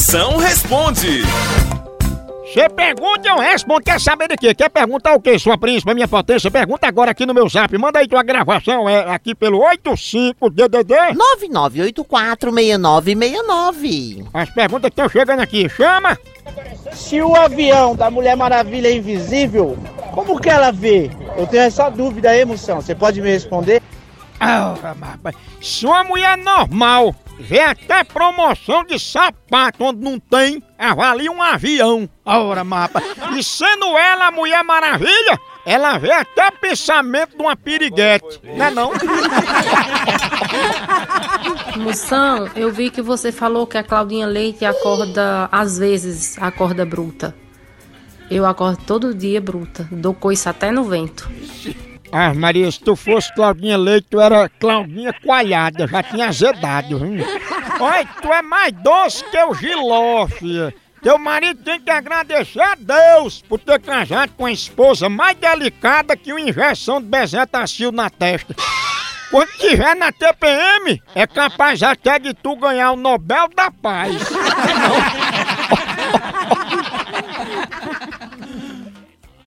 Moção responde. Você pergunta e eu respondo. Quer saber de quê? Quer perguntar o quê, sua príncipe, minha potência? Pergunta agora aqui no meu zap. Manda aí tua gravação, aqui pelo 85-DDD 99846969. As perguntas que estão chegando aqui. Chama! Se o avião da Mulher Maravilha é invisível, como que ela vê? Eu tenho essa dúvida aí, Moção. Você pode me responder? Se uma mulher normal vê até promoção de sapato onde não tem, avalia um avião. Ora, mapa. E sendo ela a Mulher Maravilha, ela vê até pensamento de uma piriguete. Não é não? Moção, eu vi que você falou que a Claudinha Leite acorda, às vezes, acorda bruta. Eu acordo todo dia bruta, dou coice até no vento. Ah, Maria, se tu fosse Claudinha Leite, tu era Claudinha Coalhada, já tinha azedado. Olha, tu é mais doce que o Giló, filha. Teu marido tem que agradecer a Deus por ter casado com a esposa mais delicada que uma injeção de bezetacil na testa. Quando tiver na TPM, é capaz até de tu ganhar o Nobel da Paz.